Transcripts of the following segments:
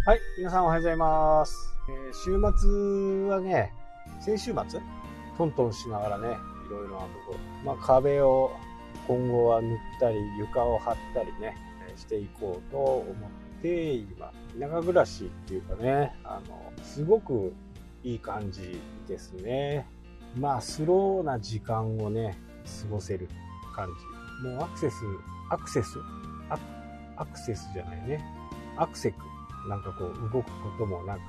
はい、皆さんおはようございます。週末はね、先週末トントンしながらね、いろいろなところ、壁を今後は塗ったり、床を張ったりね、していこうと思って、今、田舎暮らしっていうかね、すごくいい感じですね。スローな時間をね、過ごせる感じ。もうアクセスじゃないね。アクセク。なんかこう動くこともなく、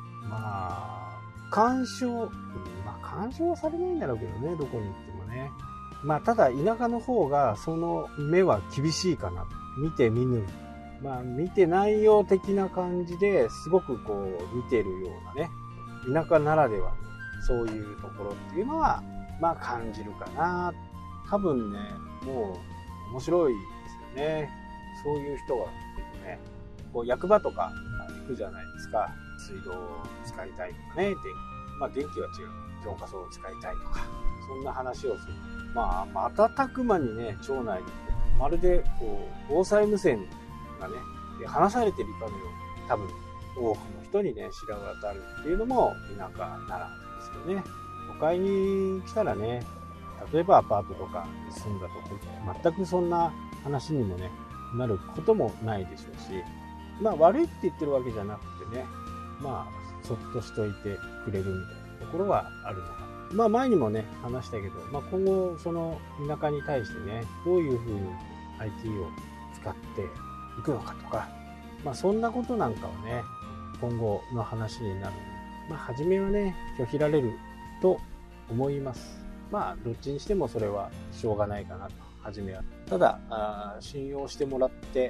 干渉はされないんだろうけどね、どこに行ってもね。ただ田舎の方がその目は厳しいかな。見て見ぬ。見てないよ的な感じですごくこう見てるようなね。田舎ならではのそういうところっていうのは、感じるかな。多分ね、もう面白いですよね。そういう人がいるね。こう役場とか行くじゃないですか。水道を使いたいとかね。電気は違う。浄化槽を使いたいとか。そんな話をする。瞬く間にね、町内に、まるでこう、防災無線がね、話されてるかのように、多分、多くの人にね、知ら渡るっていうのも田舎ならですよね。都会に来たらね、例えばアパートとかに住んだとこ、全くそんな話にもね、なることもないでしょうし、悪いって言ってるわけじゃなくてね、そっとしといてくれるみたいなところはあるのか。前にもね、話したけど、今後、その田舎に対してね、どういうふうに IT を使っていくのかとか、そんなことなんかはね、今後の話になる。初めはね、拒否られると思います。どっちにしてもそれはしょうがないかなと、初めは。ただ、信用してもらって、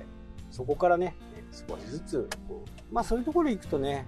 そこからね、少しずつこう、そういうところに行くとね、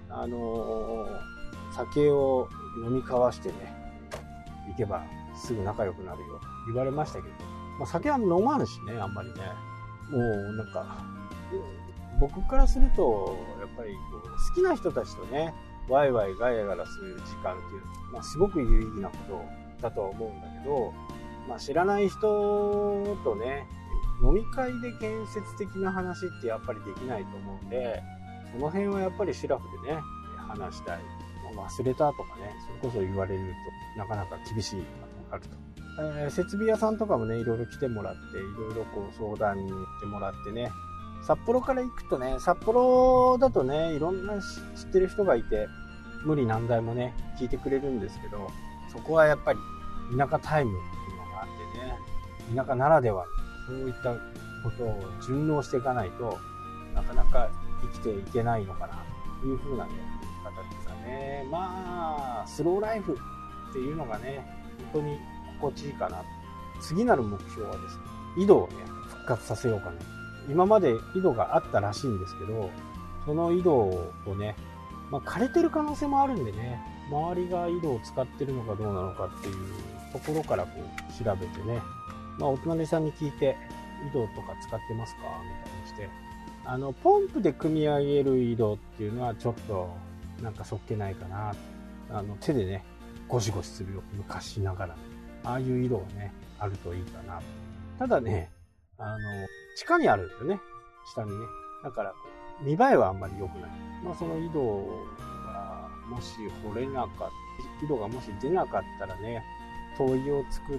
酒を飲み交わしてね、行けばすぐ仲良くなるよ言われましたけど、酒は飲まんしね、あんまりね。もうなんか、僕からすると、やっぱりこう好きな人たちとね、ワイワイガヤガヤする時間っていうのは、すごく有意義なことだとは思うんだけど、知らない人とね、飲み会で建設的な話ってやっぱりできないと思うんで、その辺はやっぱりシラフでね、話したい。忘れたとかね、それこそ言われるとなかなか厳しいのがあると。設備屋さんとかもね、いろいろ来てもらって、いろいろこう相談に行ってもらってね、札幌から行くとね、札幌だとね、いろんな知ってる人がいて、無理難題もね、聞いてくれるんですけど、そこはやっぱり田舎タイムっていうのがあってね、田舎ならではそういったことを順応していかないとなかなか生きていけないのかなというふうなね、方ですかね。スローライフっていうのがね、本当に心地いいかな。次なる目標はですね、井戸をね、復活させようかな。今まで井戸があったらしいんですけど、その井戸をね、枯れてる可能性もあるんでね、周りが井戸を使ってるのかどうなのかっていうところからこう調べてね、お隣さんに聞いて、井戸とか使ってますかみたいにして、ポンプで組み上げる井戸っていうのはちょっと、なんかそっけないかな。手でね、ゴシゴシするよ。昔ながら。ああいう井戸がね、あるといいかな。ただね、地下にあるんですよね。下にね。だから、見栄えはあんまり良くない。その井戸が、もし掘れなかった、井戸がもし出なかったらね、灯油を作って、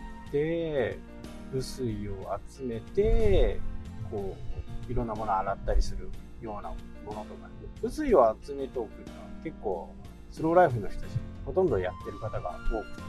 雨水を集めて、こう、いろんなものを洗ったりするようなものとか、雨水を集めておくのは結構、スローライフの人たち、ほとんどやってる方が多くて、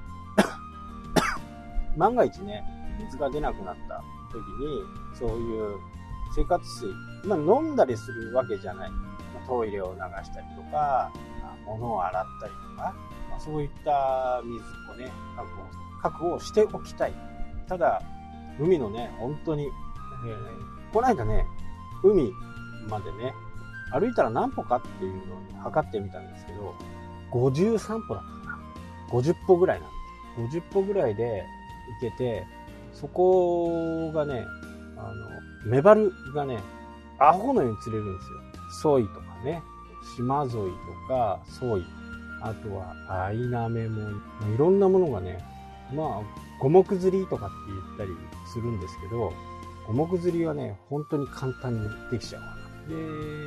万が一ね、水が出なくなった時に、そういう生活水、飲んだりするわけじゃない。トイレを流したりとか、物を洗ったりとか、そういった水をね、確保しておきたい。ただ、海のね、本当に、この間ね、海までね、歩いたら何歩かっていうのを測ってみたんですけど、53歩だったかな。50歩ぐらいなんです。50歩ぐらいで行けて、そこがね、メバルがね、アホのように釣れるんですよ。ソイとかね、島ゾイとか、ソイ、あとはアイナメも、いろんなものがね、五目釣りとかって言ったりするんですけど、五目釣りはね、本当に簡単にできちゃうかな。で、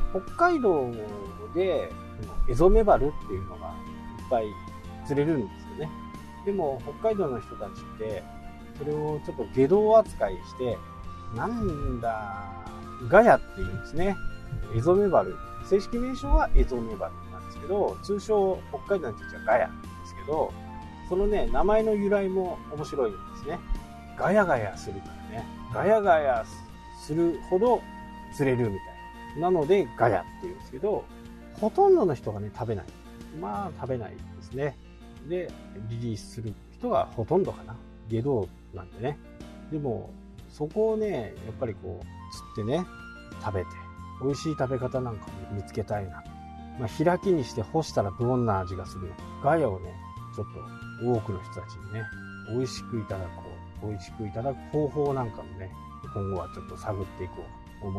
北海道でエゾメバルっていうのがいっぱい釣れるんですよね。でも北海道の人たちってそれをちょっと下道扱いして、なんだガヤっていうんですね。エゾメバル、正式名称はエゾメバルなんですけど、通称北海道の人たちはガヤなんですけど、そのね名前の由来も面白いんですね。ガヤガヤするからね、ガヤガヤするほど釣れるみたいなのでガヤっていうんですけど、ほとんどの人がね食べない、まあ食べないですね。でリリースする人がほとんどかな、下道なんでね。でもそこをねやっぱりこう釣ってね食べて美味しい食べ方なんかも見つけたいな。開きにして干したらどんな味がするのか、ガヤをねちょっと多くの人たちにね美味しくいただく方法なんかもね今後はちょっと探っていこうと思って、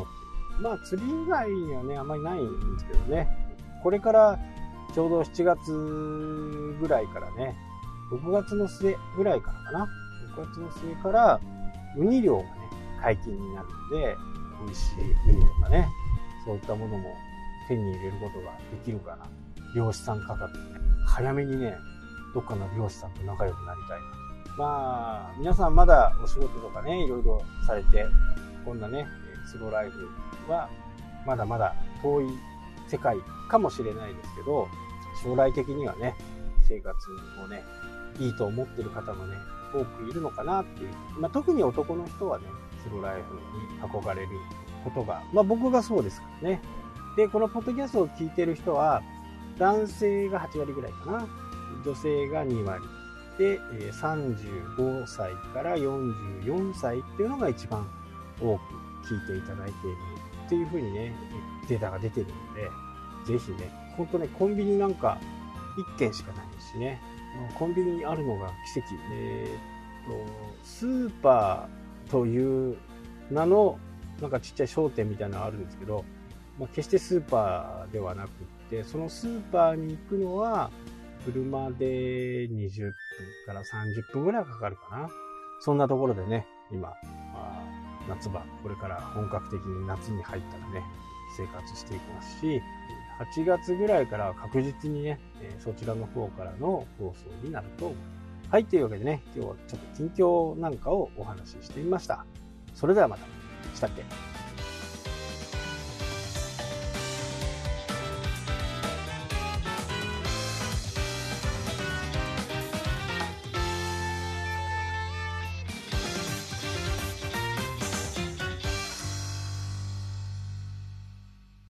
釣り以外にはねあんまりないんですけどね、これからちょうど7月ぐらいからね、6月の末ぐらいからかな、6月の末からウニ漁がね解禁になるので、美味しいウニとかね、そういったものも手に入れることができるかな。漁師さん価格でね、早めにねどっかの漁師さんと仲良くなりたいな。皆さんまだお仕事とかねいろいろされて、こんなねスローライフはまだまだ遠い世界かもしれないですけど、将来的にはね生活をねいいと思ってる方もね多くいるのかなっていう、特に男の人はねスローライフに憧れることが、僕がそうですからね。でこのポッドキャストを聞いてる人は男性が8割ぐらいかな、女性が2割で、35歳から44歳っていうのが一番多く聞いていただいているっていう風にねデータが出てるので、ぜひね、本当ねコンビニなんか1軒しかないしね、コンビニにあるのが奇跡。スーパーという名のなんかちっちゃい商店みたいなのがあるんですけど、決してスーパーではなくって、そのスーパーに行くのは車で20分から30分ぐらいかかるかな。そんなところでね今、夏場これから本格的に夏に入ったらね生活していきますし、8月ぐらいからは確実にねそちらの方からの放送になると思います。はい、というわけでね今日はちょっと近況なんかをお話ししてみました。それではまた。したっけ。